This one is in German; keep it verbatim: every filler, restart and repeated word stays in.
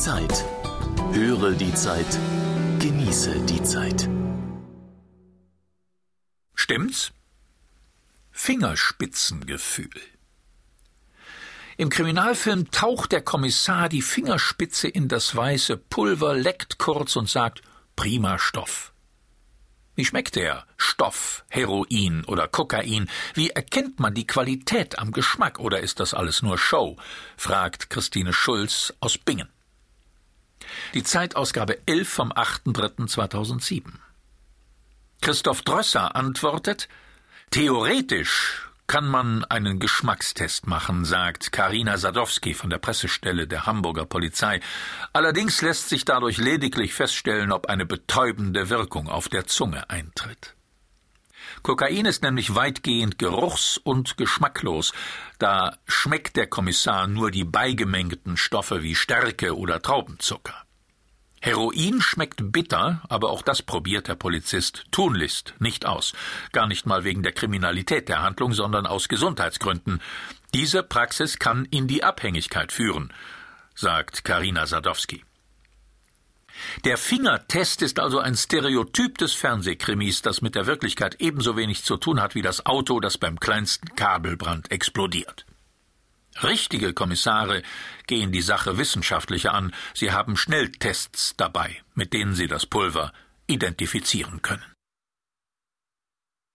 Zeit. Höre die Zeit. Genieße die Zeit. Stimmt's? Fingerspitzengefühl. Im Kriminalfilm taucht der Kommissar die Fingerspitze in das weiße Pulver, leckt kurz und sagt, prima Stoff. Wie schmeckt der Stoff, Heroin oder Kokain? Wie erkennt man die Qualität am Geschmack, oder ist das alles nur Show? Fragt Christine Schulz aus Bingen. Die Zeitausgabe elf vom achter dritter zweitausendsieben. Christoph Drösser antwortet, theoretisch kann man einen Geschmackstest machen, sagt Karina Sadowski von der Pressestelle der Hamburger Polizei. Allerdings lässt sich dadurch lediglich feststellen, ob eine betäubende Wirkung auf der Zunge eintritt. Kokain ist nämlich weitgehend geruchs- und geschmacklos. Da schmeckt der Kommissar nur die beigemengten Stoffe wie Stärke oder Traubenzucker. Heroin schmeckt bitter, aber auch das probiert der Polizist tunlichst nicht aus. Gar nicht mal wegen der Kriminalität der Handlung, sondern aus Gesundheitsgründen. Diese Praxis kann in die Abhängigkeit führen, sagt Karina Sadowski. Der Fingertest ist also ein Stereotyp des Fernsehkrimis, das mit der Wirklichkeit ebenso wenig zu tun hat wie das Auto, das beim kleinsten Kabelbrand explodiert. Richtige Kommissare gehen die Sache wissenschaftlicher an. Sie haben Schnelltests dabei, mit denen sie das Pulver identifizieren können.